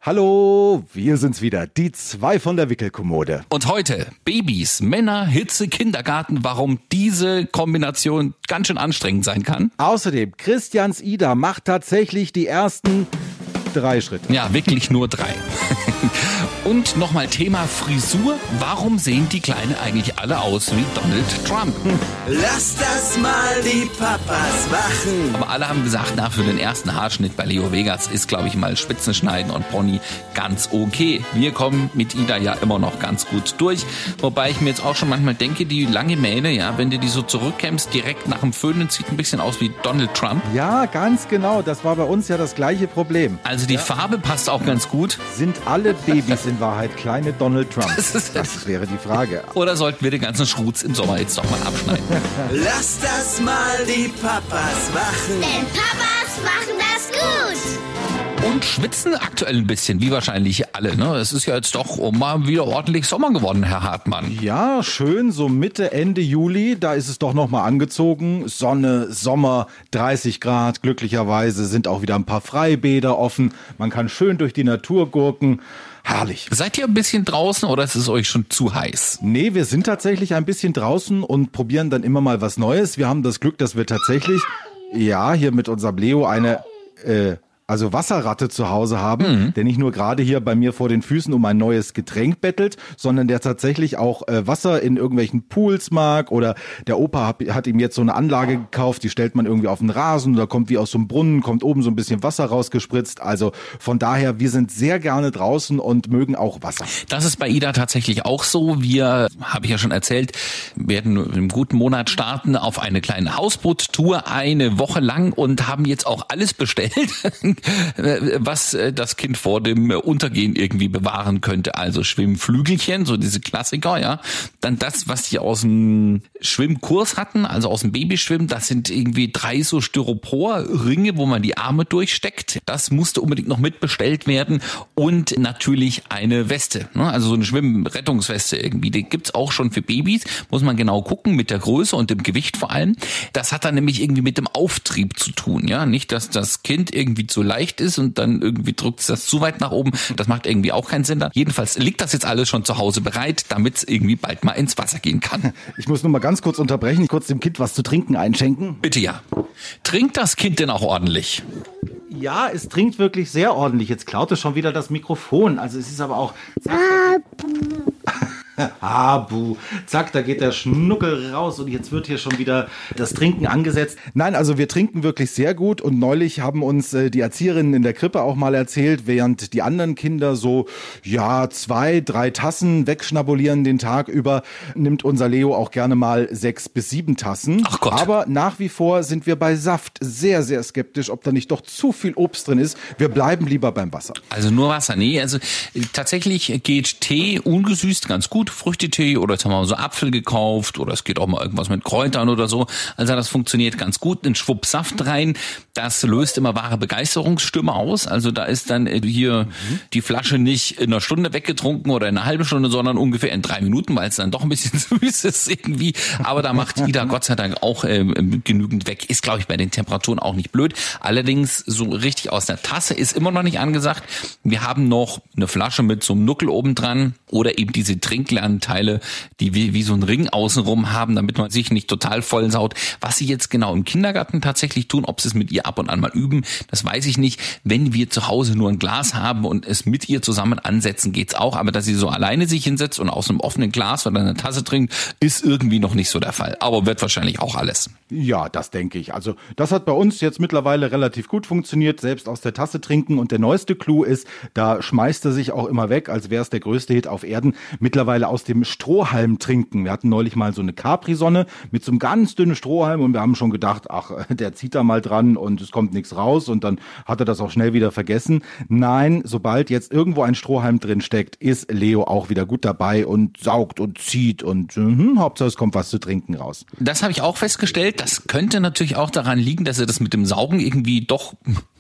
Hallo, wir sind's wieder, die zwei von der Wickelkommode. Und heute Babys, Männer, Hitze, Kindergarten, warum diese Kombination ganz schön anstrengend sein kann. Außerdem, Christians Ida macht tatsächlich die ersten 3 Schritte. Ja, wirklich nur 3. Und nochmal Thema Frisur. Warum sehen die Kleinen eigentlich alle aus wie Donald Trump? Lass das mal die Papas machen. Aber alle haben gesagt, na, für den ersten Haarschnitt bei Leo Vegas ist, glaube ich, mal Spitzenschneiden und Pony ganz okay. Wir kommen mit Ida ja immer noch ganz gut durch. Wobei ich mir jetzt auch schon manchmal denke, die lange Mähne, ja, wenn du die so zurückkämmst, direkt nach dem Föhnen, sieht ein bisschen aus wie Donald Trump. Ja, ganz genau. Das war bei uns ja das gleiche Problem. Also die Farbe passt auch ganz gut. Sind alle Babys in Wahrheit kleine Donald Trumps? Das wäre die Frage. Oder sollten wir den ganzen Schrutz im Sommer jetzt doch mal abschneiden? Lass das mal die Papas machen. Denn Papas machen das gut. Und schwitzen aktuell ein bisschen, wie wahrscheinlich alle. Ne? Es ist ja jetzt doch mal wieder ordentlich Sommer geworden, Herr Hartmann. Ja, schön, so Mitte, Ende Juli, da ist es doch nochmal angezogen. Sonne, Sommer, 30 Grad, glücklicherweise sind auch wieder ein paar Freibäder offen. Man kann schön durch die Natur gurken. Herrlich. Seid ihr ein bisschen draußen oder ist es euch schon zu heiß? Nee, wir sind tatsächlich ein bisschen draußen und probieren dann immer mal was Neues. Wir haben das Glück, dass wir tatsächlich, ja, hier mit unserem Leo eine, Wasserratte zu Hause haben, der nicht nur gerade hier bei mir vor den Füßen um ein neues Getränk bettelt, sondern der tatsächlich auch Wasser in irgendwelchen Pools mag, oder der Opa hat ihm jetzt so eine Anlage gekauft, die stellt man irgendwie auf den Rasen und da kommt wie aus so einem Brunnen, kommt oben so ein bisschen Wasser rausgespritzt. Also von daher, wir sind sehr gerne draußen und mögen auch Wasser. Das ist bei Ida tatsächlich auch so. Wir, habe ich ja schon erzählt, werden im guten Monat starten auf eine kleine Hausboottour, eine Woche lang, und haben jetzt auch alles bestellt, was das Kind vor dem Untergehen irgendwie bewahren könnte. Also Schwimmflügelchen, so diese Klassiker, ja. Dann das, was die aus dem Schwimmkurs hatten, also aus dem Babyschwimmen, das sind irgendwie 3 so Styroporringe, wo man die Arme durchsteckt. Das musste unbedingt noch mitbestellt werden. Und natürlich eine Weste, ne? Also so eine Schwimmrettungsweste irgendwie. Die gibt's auch schon für Babys. Muss man genau gucken, mit der Größe und dem Gewicht vor allem. Das hat dann nämlich irgendwie mit dem Auftrieb zu tun, ja. Nicht, dass das Kind irgendwie zu leicht ist und dann irgendwie drückt es das zu weit nach oben. Das macht irgendwie auch keinen Sinn. Jedenfalls liegt das jetzt alles schon zu Hause bereit, damit es irgendwie bald mal ins Wasser gehen kann. Ich muss nur mal ganz kurz unterbrechen, kurz dem Kind was zu trinken einschenken. Bitte ja. Trinkt das Kind denn auch ordentlich? Ja, es trinkt wirklich sehr ordentlich. Jetzt klaut es schon wieder das Mikrofon. Also es ist aber auch... Abu. Zack, da geht der Schnuckel raus und jetzt wird hier schon wieder das Trinken angesetzt. Nein, also wir trinken wirklich sehr gut, und neulich haben uns die Erzieherinnen in der Krippe auch mal erzählt, während die anderen Kinder so, 2, 3 Tassen wegschnabulieren den Tag über, nimmt unser Leo auch gerne mal 6 bis 7 Tassen. Ach Gott. Aber nach wie vor sind wir bei Saft sehr, sehr skeptisch, ob da nicht doch zu viel Obst drin ist. Wir bleiben lieber beim Wasser. Also nur Wasser, nee. Also tatsächlich geht Tee ungesüßt ganz gut. Früchtetee, oder jetzt haben wir so Apfel gekauft, oder es geht auch mal irgendwas mit Kräutern oder so. Also das funktioniert ganz gut. Ein Schwupp Saft rein, das löst immer wahre Begeisterungsstürme aus. Also da ist dann hier die Flasche nicht in einer Stunde weggetrunken oder in einer halben Stunde, sondern ungefähr in 3 Minuten, weil es dann doch ein bisschen süß ist irgendwie. Aber da macht Ida Gott sei Dank auch genügend weg. Ist, glaube ich, bei den Temperaturen auch nicht blöd. Allerdings so richtig aus der Tasse ist immer noch nicht angesagt. Wir haben noch eine Flasche mit so einem Nuckel oben dran oder eben diese Trinklernteile, die wie so einen Ring außenrum haben, damit man sich nicht total vollsaut. Was sie jetzt genau im Kindergarten tatsächlich tun, ob sie es mit ihr ab und an mal üben, das weiß ich nicht. Wenn wir zu Hause nur ein Glas haben und es mit ihr zusammen ansetzen, geht's auch. Aber dass sie so alleine sich hinsetzt und aus einem offenen Glas oder einer Tasse trinkt, ist irgendwie noch nicht so der Fall. Aber wird wahrscheinlich auch alles. Ja, das denke ich. Also das hat bei uns jetzt mittlerweile relativ gut funktioniert, selbst aus der Tasse trinken. Und der neueste Clou ist, da schmeißt er sich auch immer weg, als wäre es der größte Hit auf Erden, mittlerweile aus dem Strohhalm trinken. Wir hatten neulich mal so eine Capri-Sonne mit so einem ganz dünnen Strohhalm und wir haben schon gedacht, ach, der zieht da mal dran und es kommt nichts raus, und dann hat er das auch schnell wieder vergessen. Nein, sobald jetzt irgendwo ein Strohhalm drin steckt, ist Leo auch wieder gut dabei und saugt und zieht und Hauptsache es kommt was zu trinken raus. Das habe ich auch festgestellt. Das könnte natürlich auch daran liegen, dass er das mit dem Saugen irgendwie doch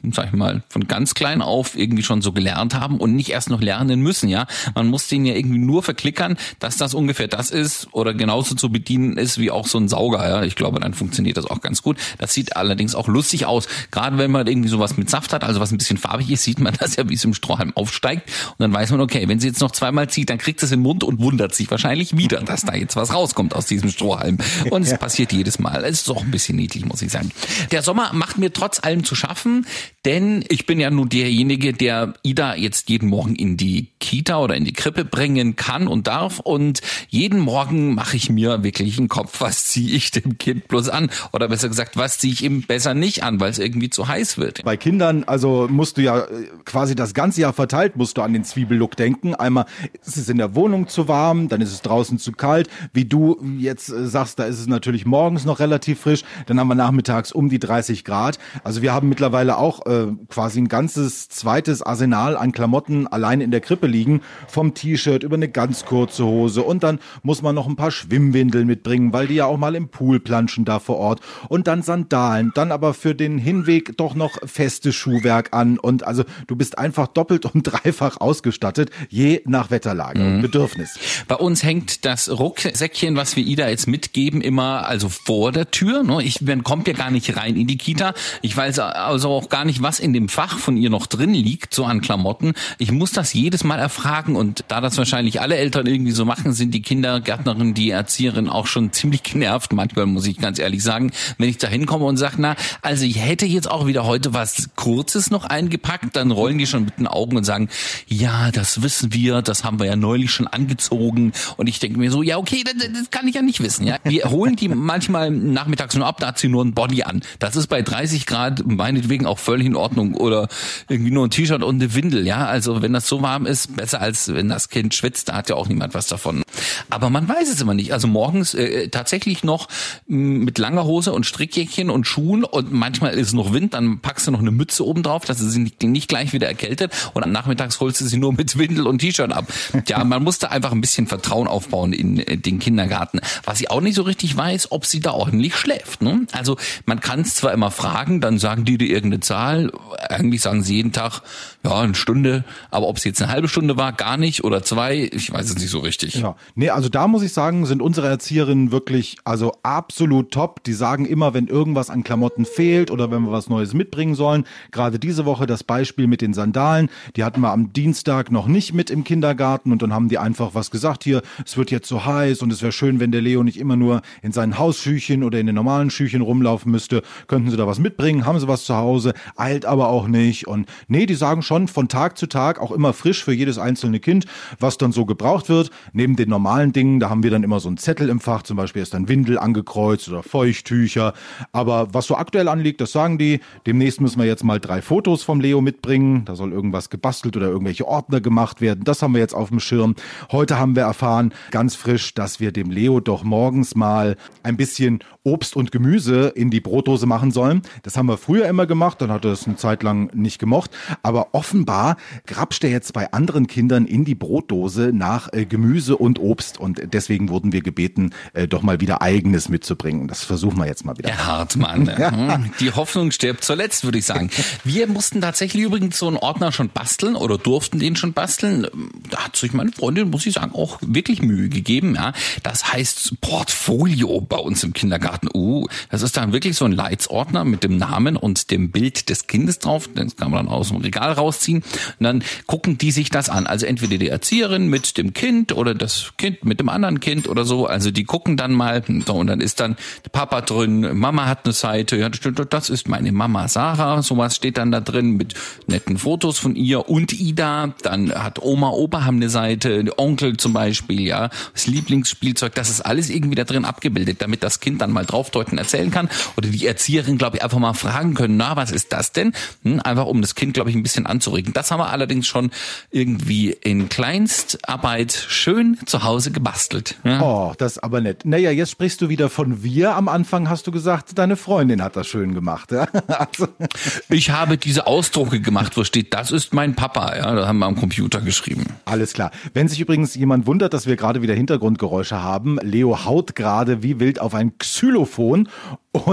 sag ich mal, von ganz klein auf irgendwie schon so gelernt haben und nicht erst noch lernen müssen, ja. Man muss denen ja irgendwie nur verklickern, dass das ungefähr das ist oder genauso zu bedienen ist wie auch so ein Sauger, ja. Ich glaube, dann funktioniert das auch ganz gut. Das sieht allerdings auch lustig aus. Gerade wenn man irgendwie sowas mit Saft hat, also was ein bisschen farbig ist, sieht man das ja, wie es im Strohhalm aufsteigt. Und dann weiß man, okay, wenn sie jetzt noch zweimal zieht, dann kriegt es in den Mund und wundert sich wahrscheinlich wieder, dass da jetzt was rauskommt aus diesem Strohhalm. Und es passiert jedes Mal. Es ist auch ein bisschen niedlich, muss ich sagen. Der Sommer macht mir trotz allem zu schaffen, denn ich bin ja nun derjenige, der Ida jetzt jeden Morgen in die Kita oder in die Krippe bringen kann und darf. Und jeden Morgen mache ich mir wirklich einen Kopf, was ziehe ich dem Kind bloß an? Oder besser gesagt, was ziehe ich ihm besser nicht an, weil es irgendwie zu heiß wird. Bei Kindern, also musst du ja quasi das ganze Jahr verteilt, musst du an den Zwiebellook denken. Einmal ist es in der Wohnung zu warm, dann ist es draußen zu kalt. Wie du jetzt sagst, da ist es natürlich morgens noch relativ frisch. Dann haben wir nachmittags um die 30 Grad. Also wir haben mittlerweile auch quasi ein ganzes zweites Arsenal an Klamotten allein in der Krippe liegen. Vom T-Shirt über eine ganz kurze Hose. Und dann muss man noch ein paar Schwimmwindeln mitbringen, weil die ja auch mal im Pool planschen da vor Ort. Und dann Sandalen. Dann aber für den Hinweg doch noch festes Schuhwerk an. Und also du bist einfach doppelt und dreifach ausgestattet, je nach Wetterlage und Bedürfnis. Bei uns hängt das Rucksäckchen, was wir Ida jetzt mitgeben, immer also vor der Tür. Man kommt ja gar nicht rein in die Kita. Ich weiß also auch gar nicht, was in dem Fach von ihr noch drin liegt, so an Klamotten. Ich muss das jedes Mal erfragen und da das wahrscheinlich alle Eltern irgendwie so machen, sind die Kindergärtnerin, die Erzieherin auch schon ziemlich genervt. Manchmal muss ich ganz ehrlich sagen, wenn ich da hinkomme und sage, na, also ich hätte jetzt auch wieder heute was Kurzes noch eingepackt, dann rollen die schon mit den Augen und sagen, ja, das wissen wir, das haben wir ja neulich schon angezogen. Und ich denke mir so, ja okay, das kann ich ja nicht wissen. Ja, wir holen die manchmal nachmittags nur ab, da hat sie nur ein Body an. Das ist bei 30 Grad meinetwegen auch völlig in Ordnung oder irgendwie nur ein T-Shirt und eine Windel. Ja, also wenn das so warm ist, besser als wenn das Kind schwitzt, da hat ja auch niemand was davon. Aber man weiß es immer nicht. Also morgens tatsächlich noch mit langer Hose und Strickjäckchen und Schuhen und manchmal ist noch Wind, dann packst du noch eine Mütze oben drauf, dass sie sich nicht gleich wieder erkältet und nachmittags holst du sie nur mit Windel und T-Shirt ab. Ja, man muss da einfach ein bisschen Vertrauen aufbauen in den Kindergarten. Was ich auch nicht so richtig weiß, ob sie da ordentlich schläft. Ne? Also man kann es zwar immer fragen, dann sagen die dir irgendeine Zahl, eigentlich sagen sie jeden Tag, ja, eine Stunde, aber ob es jetzt eine halbe Stunde war, gar nicht oder 2, ich weiß es nicht so richtig. Ja, nee, also da muss ich sagen, sind unsere Erzieherinnen wirklich also absolut top. Die sagen immer, wenn irgendwas an Klamotten fehlt oder wenn wir was Neues mitbringen sollen. Gerade diese Woche das Beispiel mit den Sandalen, die hatten wir am Dienstag noch nicht mit im Kindergarten und dann haben die einfach was gesagt, hier, es wird jetzt so heiß und es wäre schön, wenn der Leo nicht immer nur in seinen Hausschüchen oder in den normalen Schüchen rumlaufen müsste. Könnten sie da was mitbringen? Haben sie was zu Hause? Eilt aber auch nicht. Und nee, die sagen schon von Tag zu Tag auch immer frisch für jedes einzelne Kind, was dann so gebraucht wird. Neben den normalen Dingen, da haben wir dann immer so einen Zettel im Fach, zum Beispiel ist dann Windel angekreuzt oder Feuchttücher. Aber was so aktuell anliegt, das sagen die. Demnächst müssen wir jetzt mal 3 Fotos vom Leo mitbringen. Da soll irgendwas gebastelt oder irgendwelche Ordner gemacht werden. Das haben wir jetzt auf dem Schirm. Heute haben wir erfahren, ganz frisch, dass wir dem Leo doch morgens mal ein bisschen Obst und Gemüse in die Brotdose machen sollen. Das haben wir früher immer gemacht, dann hat er es eine Zeit lang nicht gemocht. Aber offenbar grapscht er jetzt bei anderen Kindern in die Brotdose nach Gemüse und Obst. Und deswegen wurden wir gebeten, doch mal wieder Eigenes mitzubringen. Das versuchen wir jetzt mal wieder. Herr Hartmann, die Hoffnung stirbt zuletzt, würde ich sagen. Wir mussten tatsächlich übrigens so einen Ordner schon basteln oder durften den schon basteln. Da hat sich meine Freundin, muss ich sagen, auch wirklich Mühe gegeben. Ja, das heißt Portfolio bei uns im Kindergarten. Das ist dann wirklich so ein Leitsordner mit dem Namen und dem Bild des Kindes drauf. Den kann man dann aus dem Regal rausziehen. Und dann gucken die sich das an. Also entweder die Erzieherin mit dem Kind oder das Kind mit dem anderen Kind oder so. Also die gucken dann mal. So, und dann ist dann der Papa drin. Mama hat eine Seite. Ja, das ist meine Mama Sarah. Sowas steht dann da drin mit netten Fotos von ihr und Ida. Dann hat Oma, Opa haben eine Seite. Der Onkel zum Beispiel, ja. Das Lieblingsspielzeug. Das ist alles irgendwie da drin abgebildet, damit das Kind dann mal draufdeuten erzählen kann. Oder die Erzieherin, glaube ich, einfach mal fragen können, na, was ist das denn? Einfach um das Kind, glaube ich, ein bisschen anzuregen. Das haben wir allerdings schon irgendwie in Kleinstarbeit schön zu Hause gebastelt. Ja. Oh, das ist aber nett. Naja, jetzt sprichst du wieder von wir. Am Anfang hast du gesagt, deine Freundin hat das schön gemacht. Ja? Also. Ich habe diese Ausdrucke gemacht, wo steht, das ist mein Papa. Ja, da haben wir am Computer geschrieben. Alles klar. Wenn sich übrigens jemand wundert, dass wir gerade wieder Hintergrundgeräusche haben, Leo haut gerade wie wild auf ein Xylophon. Und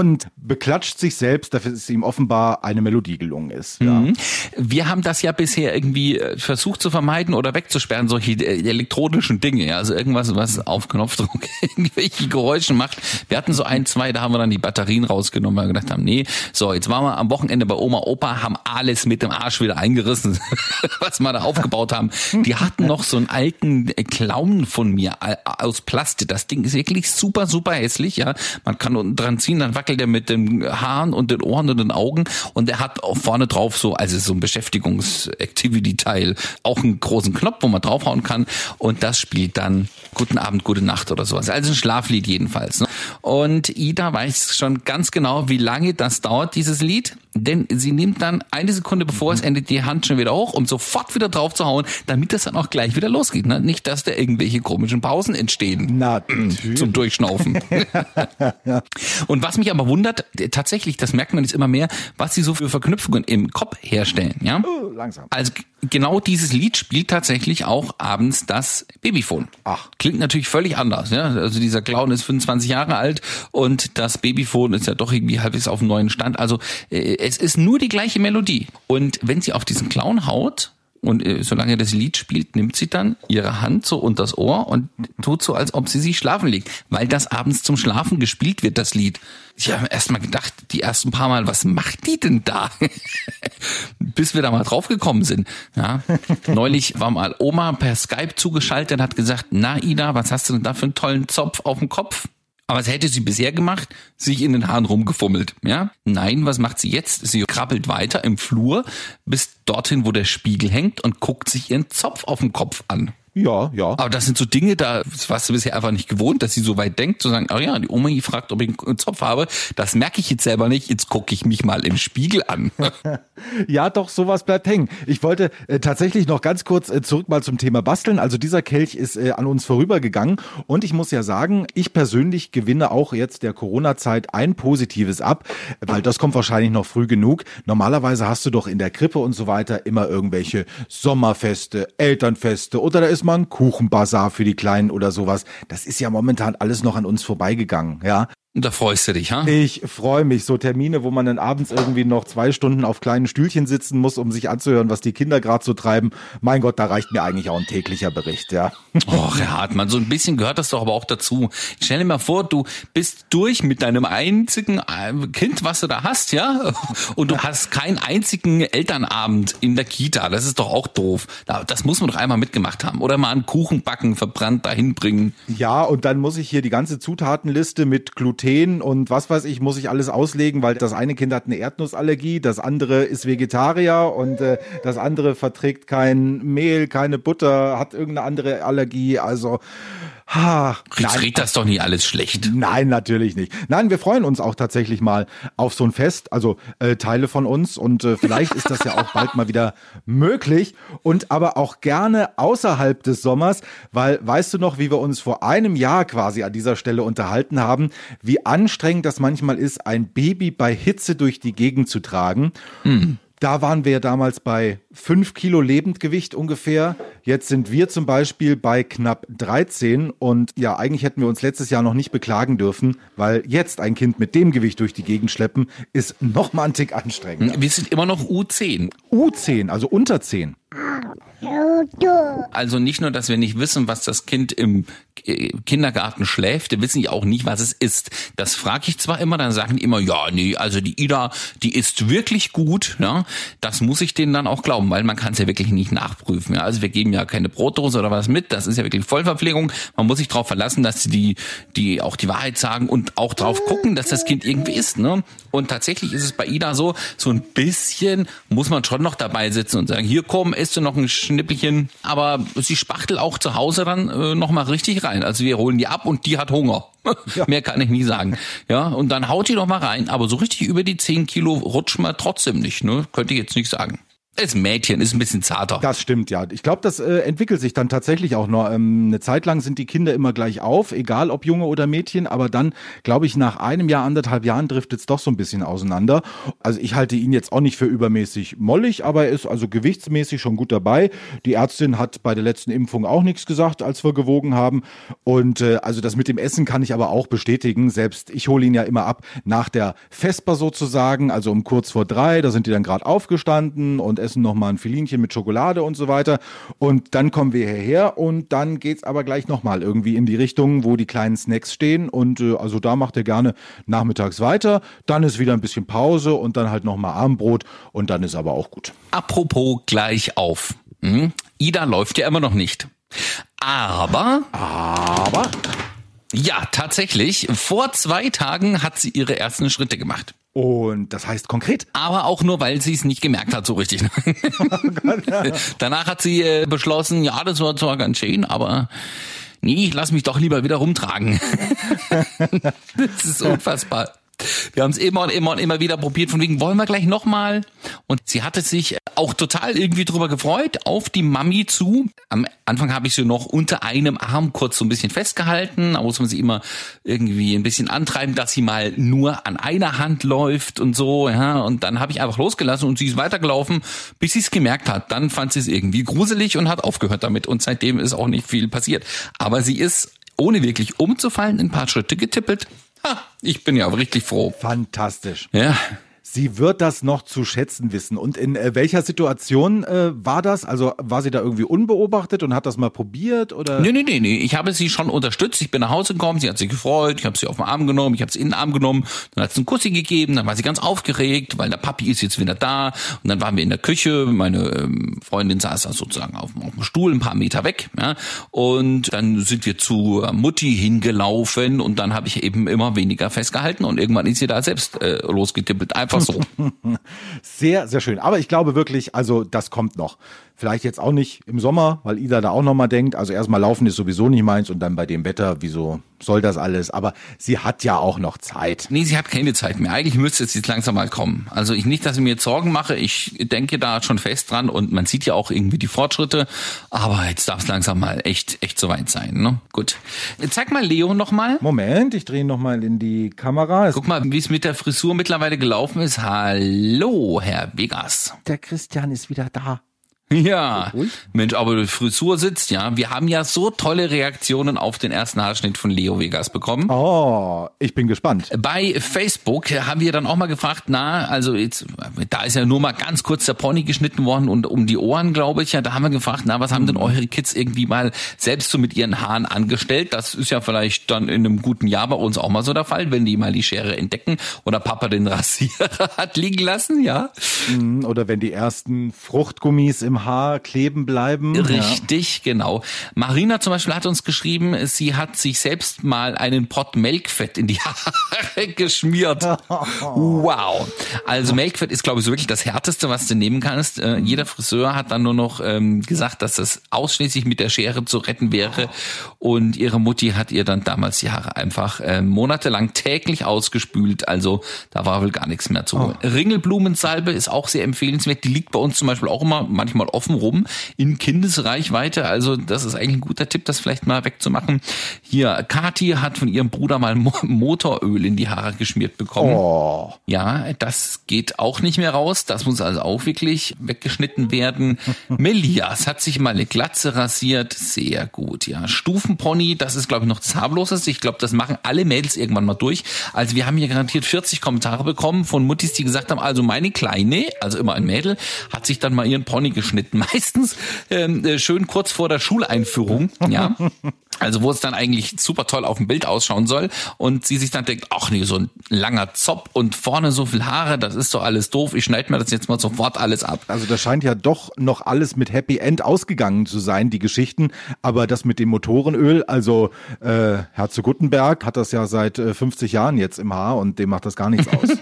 beklatscht sich selbst, dass es ihm offenbar eine Melodie gelungen ist. Ja. Wir haben das ja bisher irgendwie versucht zu vermeiden oder wegzusperren, solche elektronischen Dinge, ja, also irgendwas, was auf Knopfdruck irgendwelche Geräusche macht. Wir hatten so 1, 2, da haben wir dann die Batterien rausgenommen, weil wir gedacht haben, nee, so, jetzt waren wir am Wochenende bei Oma, Opa, haben alles mit dem Arsch wieder eingerissen, was wir da aufgebaut haben. Die hatten noch so einen alten Clown von mir aus Plastik. Das Ding ist wirklich super, super hässlich, ja. Man kann unten dran ziehen, dann wackelt er mit den Haaren und den Ohren und den Augen und er hat auch vorne drauf so, also so ein Beschäftigungs-Activity-Teil, auch einen großen Knopf, wo man draufhauen kann und das spielt dann Guten Abend, Gute Nacht oder sowas. Also ein Schlaflied jedenfalls. Ne? Und Ida weiß schon ganz genau, wie lange das dauert, dieses Lied, denn sie nimmt dann 1 Sekunde bevor es endet die Hand schon wieder hoch, um sofort wieder drauf zu hauen, damit das dann auch gleich wieder losgeht. Ne? Nicht, dass da irgendwelche komischen Pausen entstehen. Natürlich. Zum Durchschnaufen. Ja. Und was mich aber wundert, tatsächlich, das merkt man jetzt immer mehr, was sie so für Verknüpfungen im Kopf herstellen. Ja? Langsam. Also genau dieses Lied spielt tatsächlich auch abends das Babyphone. Ach. Klingt natürlich völlig anders. Ja? Also dieser Clown ist 25 Jahre alt und das Babyphone ist ja doch irgendwie halbwegs auf dem neuen Stand. Also es ist nur die gleiche Melodie. Und wenn sie auf diesen Clown haut, und solange das Lied spielt, nimmt sie dann ihre Hand so unters Ohr und tut so, als ob sie sich schlafen legt. Weil das abends zum Schlafen gespielt wird, das Lied. Ich habe erst mal gedacht, die ersten paar Mal, was macht die denn da? Bis wir da mal drauf gekommen sind. Ja. Neulich war mal Oma per Skype zugeschaltet und hat gesagt, na Ida, was hast du denn da für einen tollen Zopf auf dem Kopf? Aber was hätte sie bisher gemacht? Sich in den Haaren rumgefummelt, ja? Nein, was macht sie jetzt? Sie krabbelt weiter im Flur bis dorthin, wo der Spiegel hängt und guckt sich ihren Zopf auf dem Kopf an. Ja, ja. Aber das sind so Dinge, da warst du bisher einfach nicht gewohnt, dass sie so weit denkt, zu sagen, ach ja, die Oma fragt, ob ich einen Zopf habe. Das merke ich jetzt selber nicht. Jetzt gucke ich mich mal im Spiegel an. Ja, doch, sowas bleibt hängen. Ich wollte tatsächlich noch ganz kurz zurück mal zum Thema Basteln. Also dieser Kelch ist an uns vorübergegangen und ich muss ja sagen, ich persönlich gewinne auch jetzt der Corona-Zeit ein Positives ab, weil das kommt wahrscheinlich noch früh genug. Normalerweise hast du doch in der Krippe und so weiter immer irgendwelche Sommerfeste, Elternfeste oder da ist mal ein Kuchenbazar für die Kleinen oder sowas. Das ist ja momentan alles noch an uns vorbeigegangen, ja. Und da freust du dich, ha? Ich freue mich. So Termine, wo man dann abends irgendwie noch 2 Stunden auf kleinen Stühlchen sitzen muss, um sich anzuhören, was die Kinder gerade so treiben. Mein Gott, da reicht mir eigentlich auch ein täglicher Bericht, ja. Och, Herr Hartmann, so ein bisschen gehört das doch aber auch dazu. Stell dir mal vor, du bist durch mit deinem einzigen Kind, was du da hast, ja? Und du hast keinen einzigen Elternabend in der Kita. Das ist doch auch doof. Das muss man doch einmal mitgemacht haben. Oder mal einen Kuchen backen, verbrannt dahin bringen. Ja, und dann muss ich hier die ganze Zutatenliste mit Gluten und was weiß ich, muss ich alles auslegen, weil das eine Kind hat eine Erdnussallergie, das andere ist Vegetarier und das andere verträgt kein Mehl, keine Butter, hat irgendeine andere Allergie, also Red das doch nicht alles schlecht. Nein, natürlich nicht. Nein, wir freuen uns auch tatsächlich mal auf so ein Fest, also Teile von uns und vielleicht ist das ja auch bald mal wieder möglich und aber auch gerne außerhalb des Sommers, weil weißt du noch, wie wir uns vor einem Jahr quasi an dieser Stelle unterhalten haben, wie anstrengend das manchmal ist, ein Baby bei Hitze durch die Gegend zu tragen. Da waren wir ja damals bei 5 Kilo Lebendgewicht ungefähr. Jetzt sind wir zum Beispiel bei knapp 13 und ja, eigentlich hätten wir uns letztes Jahr noch nicht beklagen dürfen, weil jetzt ein Kind mit dem Gewicht durch die Gegend schleppen, ist noch mal ein Tick anstrengender. Wir sind immer noch U10. U10, also unter 10. Also nicht nur, dass wir nicht wissen, was das Kind im Kindergarten schläft, wir wissen ja auch nicht, was es isst. Das frage ich zwar immer, dann sagen die immer, ja, nee, also die Ida, die isst wirklich gut. Ja, das muss ich denen dann auch glauben, weil man kann es ja wirklich nicht nachprüfen. Ja, also wir geben ja keine Brotdose oder was mit, das ist ja wirklich Vollverpflegung. Man muss sich darauf verlassen, dass die auch die Wahrheit sagen und auch drauf gucken, dass das Kind irgendwie isst. Ne? Und tatsächlich ist es bei Ida so ein bisschen muss man schon noch dabei sitzen und sagen, hier komm, isst du noch ein Schnippelchen. Aber sie spachtelt auch zu Hause dann noch mal richtig rein. Also wir holen die ab und die hat Hunger. Ja. Mehr kann ich nie sagen. Ja, und dann haut die noch mal rein. Aber so richtig über die 10 Kilo rutschen wir trotzdem nicht. Ne? Könnte ich jetzt nicht sagen. Ist ein Mädchen, ist ein bisschen zarter. Das stimmt, ja. Ich glaube, das entwickelt sich dann tatsächlich auch noch. Eine Zeit lang sind die Kinder immer gleich auf, egal ob Junge oder Mädchen, aber dann, glaube ich, nach einem Jahr, 1,5 Jahren driftet es doch so ein bisschen auseinander. Also ich halte ihn jetzt auch nicht für übermäßig mollig, aber er ist also gewichtsmäßig schon gut dabei. Die Ärztin hat bei der letzten Impfung auch nichts gesagt, als wir gewogen haben. Und also das mit dem Essen kann ich aber auch bestätigen. Selbst ich hole ihn ja immer ab nach der Vesper sozusagen, also um kurz vor 3, da sind die dann gerade aufgestanden und essen nochmal ein Filinchen mit Schokolade und so weiter. Und dann kommen wir hierher und dann geht's aber gleich nochmal irgendwie in die Richtung, wo die kleinen Snacks stehen. Und also da macht er gerne nachmittags weiter. Dann ist wieder ein bisschen Pause und dann halt nochmal Abendbrot und dann ist aber auch gut. Apropos gleich auf. Ida läuft ja immer noch nicht. Aber... Ja, tatsächlich. Vor 2 Tagen hat sie ihre ersten Schritte gemacht. Und das heißt konkret? Aber auch nur, weil sie es nicht gemerkt hat so richtig. Danach hat sie beschlossen, ja, das war zwar ganz schön, aber nee, lass mich doch lieber wieder rumtragen. Das ist unfassbar. Wir haben es immer und immer wieder probiert, von wegen, wollen wir gleich nochmal? Und sie hatte sich auch total irgendwie drüber gefreut, auf die Mami zu. Am Anfang habe ich sie noch unter einem Arm kurz so ein bisschen festgehalten. Da muss man sie immer irgendwie ein bisschen antreiben, dass sie mal nur an einer Hand läuft und so. Ja. Und dann habe ich einfach losgelassen und sie ist weitergelaufen, bis sie es gemerkt hat. Dann fand sie es irgendwie gruselig und hat aufgehört damit. Und seitdem ist auch nicht viel passiert. Aber sie ist, ohne wirklich umzufallen, ein paar Schritte getippelt. Ich bin ja auch richtig froh. Fantastisch. Ja. Sie wird das noch zu schätzen wissen. Und in welcher Situation war das? Also war sie da irgendwie unbeobachtet und hat das mal probiert? Oder? Nee. Ich habe sie schon unterstützt. Ich bin nach Hause gekommen, sie hat sich gefreut, ich habe sie auf den Arm genommen, ich habe sie in den Arm genommen, dann hat sie einen Kussi gegeben, dann war sie ganz aufgeregt, weil der Papi ist jetzt wieder da. Und dann waren wir in der Küche, meine Freundin saß da sozusagen auf dem Stuhl ein paar Meter weg. Ja? Und dann sind wir zu Mutti hingelaufen und dann habe ich eben immer weniger festgehalten und irgendwann ist sie da selbst losgetippelt. Einfach so. Sehr, sehr schön. Aber ich glaube wirklich, also das kommt noch. Vielleicht jetzt auch nicht im Sommer, weil Ida da auch nochmal denkt, also erstmal laufen ist sowieso nicht meins und dann bei dem Wetter, wieso soll das alles? Aber sie hat ja auch noch Zeit. Nee, sie hat keine Zeit mehr. Eigentlich müsste es jetzt langsam mal kommen. Also nicht, dass ich mir jetzt Sorgen mache. Ich denke da schon fest dran und man sieht ja auch irgendwie die Fortschritte. Aber jetzt darf es langsam mal echt soweit sein. Ne? Gut. Zeig mal Leo nochmal. Moment, ich drehe ihn nochmal in die Kamera. Guck mal, wie es mit der Frisur mittlerweile gelaufen ist. Hallo, Herr Vegas. Der Christian ist wieder da. Ja, Mensch, aber die Frisur sitzt ja. Wir haben ja so tolle Reaktionen auf den ersten Haarschnitt von Leo Vegas bekommen. Oh, ich bin gespannt. Bei Facebook haben wir dann auch mal gefragt, also jetzt, da ist ja nur mal ganz kurz der Pony geschnitten worden und um die Ohren, glaube ich, ja, da haben wir gefragt, was haben denn eure Kids irgendwie mal selbst so mit ihren Haaren angestellt? Das ist ja vielleicht dann in einem guten Jahr bei uns auch mal so der Fall, wenn die mal die Schere entdecken oder Papa den Rasierer hat liegen lassen, ja. Oder wenn die ersten Fruchtgummis im Haar kleben bleiben. Richtig, genau. Marina zum Beispiel hat uns geschrieben, sie hat sich selbst mal einen Pott Melkfett in die Haare geschmiert. Wow. Also Melkfett ist, glaube ich, so wirklich das Härteste, was du nehmen kannst. Jeder Friseur hat dann nur noch gesagt, dass das ausschließlich mit der Schere zu retten wäre. Und ihre Mutti hat ihr dann damals die Haare einfach monatelang täglich ausgespült. Also da war wohl gar nichts mehr zu holen. Ringelblumensalbe ist auch sehr empfehlenswert. Die liegt bei uns zum Beispiel auch immer manchmal offen rum in Kindesreichweite. Also das ist eigentlich ein guter Tipp, das vielleicht mal wegzumachen. Hier, Kathi hat von ihrem Bruder mal Motoröl in die Haare geschmiert bekommen. Oh. Ja, das geht auch nicht mehr raus. Das muss also auch wirklich weggeschnitten werden. Melias hat sich mal eine Glatze rasiert. Sehr gut, ja. Stufenpony, das ist, glaube ich, noch das harmloseste. Ich glaube, das machen alle Mädels irgendwann mal durch. Also wir haben hier garantiert 40 Kommentare bekommen von Muttis, die gesagt haben, also meine Kleine, also immer ein Mädel, hat sich dann mal ihren Pony geschnitten. Meistens schön kurz vor der Schuleinführung, ja. Also wo es dann eigentlich super toll auf dem Bild ausschauen soll und sie sich dann denkt, ach nee, so ein langer Zopf und vorne so viel Haare, das ist doch alles doof, ich schneide mir das jetzt mal sofort alles ab. Also das scheint ja doch noch alles mit Happy End ausgegangen zu sein, die Geschichten, aber das mit dem Motorenöl, also Herr zu Guttenberg hat das ja seit 50 Jahren jetzt im Haar und dem macht das gar nichts aus.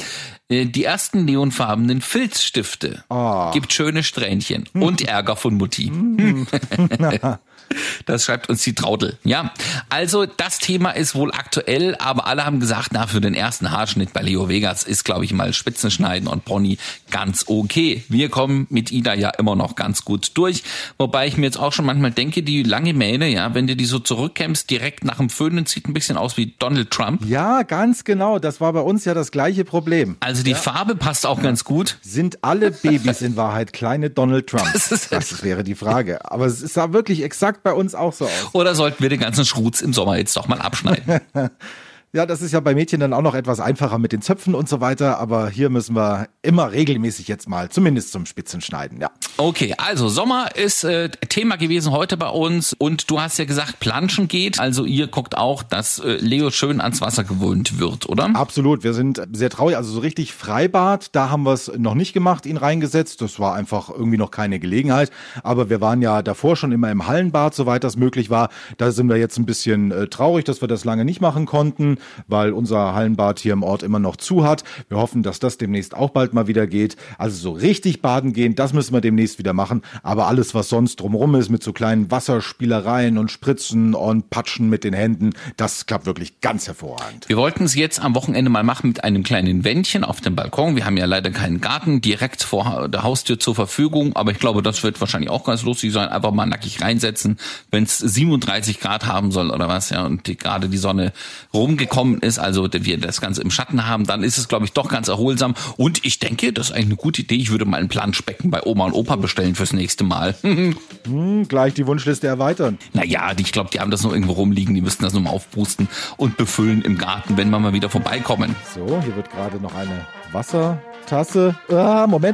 Die ersten neonfarbenen Filzstifte gibt schöne Strähnchen und Ärger von Mutti. Das schreibt uns die Traudel. Ja, also das Thema ist wohl aktuell, aber alle haben gesagt, na, für den ersten Haarschnitt bei Leo Vegas ist, glaube ich, mal Spitzenschneiden und Pony ganz okay. Wir kommen mit Ida ja immer noch ganz gut durch. Wobei ich mir jetzt auch schon manchmal denke, die lange Mähne, ja, wenn du die so zurückkämmst, direkt nach dem Föhnen, sieht ein bisschen aus wie Donald Trump. Ja, ganz genau. Das war bei uns ja das gleiche Problem. Also die Farbe passt auch ganz gut. Sind alle Babys in Wahrheit kleine Donald Trumps? Das wäre die Frage. Aber es sah wirklich exakt bei uns auch so aus. Oder sollten wir den ganzen Schrutz im Sommer jetzt doch mal abschneiden? Ja, das ist ja bei Mädchen dann auch noch etwas einfacher mit den Zöpfen und so weiter, aber hier müssen wir immer regelmäßig jetzt mal, zumindest zum Spitzenschneiden, ja. Okay, also Sommer ist Thema gewesen heute bei uns und du hast ja gesagt, Planschen geht, also ihr guckt auch, dass Leo schön ans Wasser gewöhnt wird, oder? Absolut, wir sind sehr traurig, also so richtig Freibad, da haben wir es noch nicht gemacht, ihn reingesetzt, das war einfach irgendwie noch keine Gelegenheit, aber wir waren ja davor schon immer im Hallenbad, soweit das möglich war, da sind wir jetzt ein bisschen traurig, dass wir das lange nicht machen konnten, weil unser Hallenbad hier im Ort immer noch zu hat. Wir hoffen, dass das demnächst auch bald mal wieder geht. Also so richtig baden gehen, das müssen wir demnächst wieder machen. Aber alles, was sonst drumherum ist, mit so kleinen Wasserspielereien und Spritzen und Patschen mit den Händen, das klappt wirklich ganz hervorragend. Wir wollten es jetzt am Wochenende mal machen mit einem kleinen Wändchen auf dem Balkon. Wir haben ja leider keinen Garten direkt vor der Haustür zur Verfügung, aber ich glaube, das wird wahrscheinlich auch ganz lustig sein. Einfach mal nackig reinsetzen, wenn es 37 Grad haben soll oder was, ja, und gerade die Sonne rumgekommen ist, also wir das Ganze im Schatten haben, dann ist es, glaube ich, doch ganz erholsam. Und ich denke, das ist eigentlich eine gute Idee. Ich würde mal ein Planschbecken bei Oma und Opa bestellen fürs nächste Mal. Gleich die Wunschliste erweitern. Naja, ich glaube, die haben das noch irgendwo rumliegen. Die müssten das nur mal aufpusten und befüllen im Garten, wenn wir mal wieder vorbeikommen. So, hier wird gerade noch eine Wassertasse. Moment.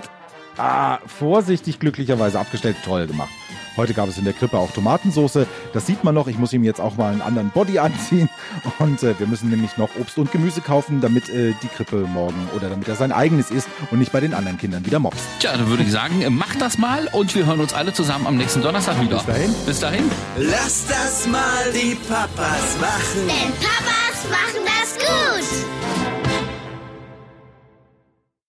Vorsichtig glücklicherweise abgestellt. Toll gemacht. Heute gab es in der Krippe auch Tomatensauce. Das sieht man noch. Ich muss ihm jetzt auch mal einen anderen Body anziehen. Und wir müssen nämlich noch Obst und Gemüse kaufen, damit die Krippe morgen oder damit er sein eigenes isst und nicht bei den anderen Kindern wieder mobst. Tja, dann würde ich sagen, mach das mal und wir hören uns alle zusammen am nächsten Donnerstag wieder. Bis dahin. Lass das mal die Papas machen. Denn Papas machen das gut.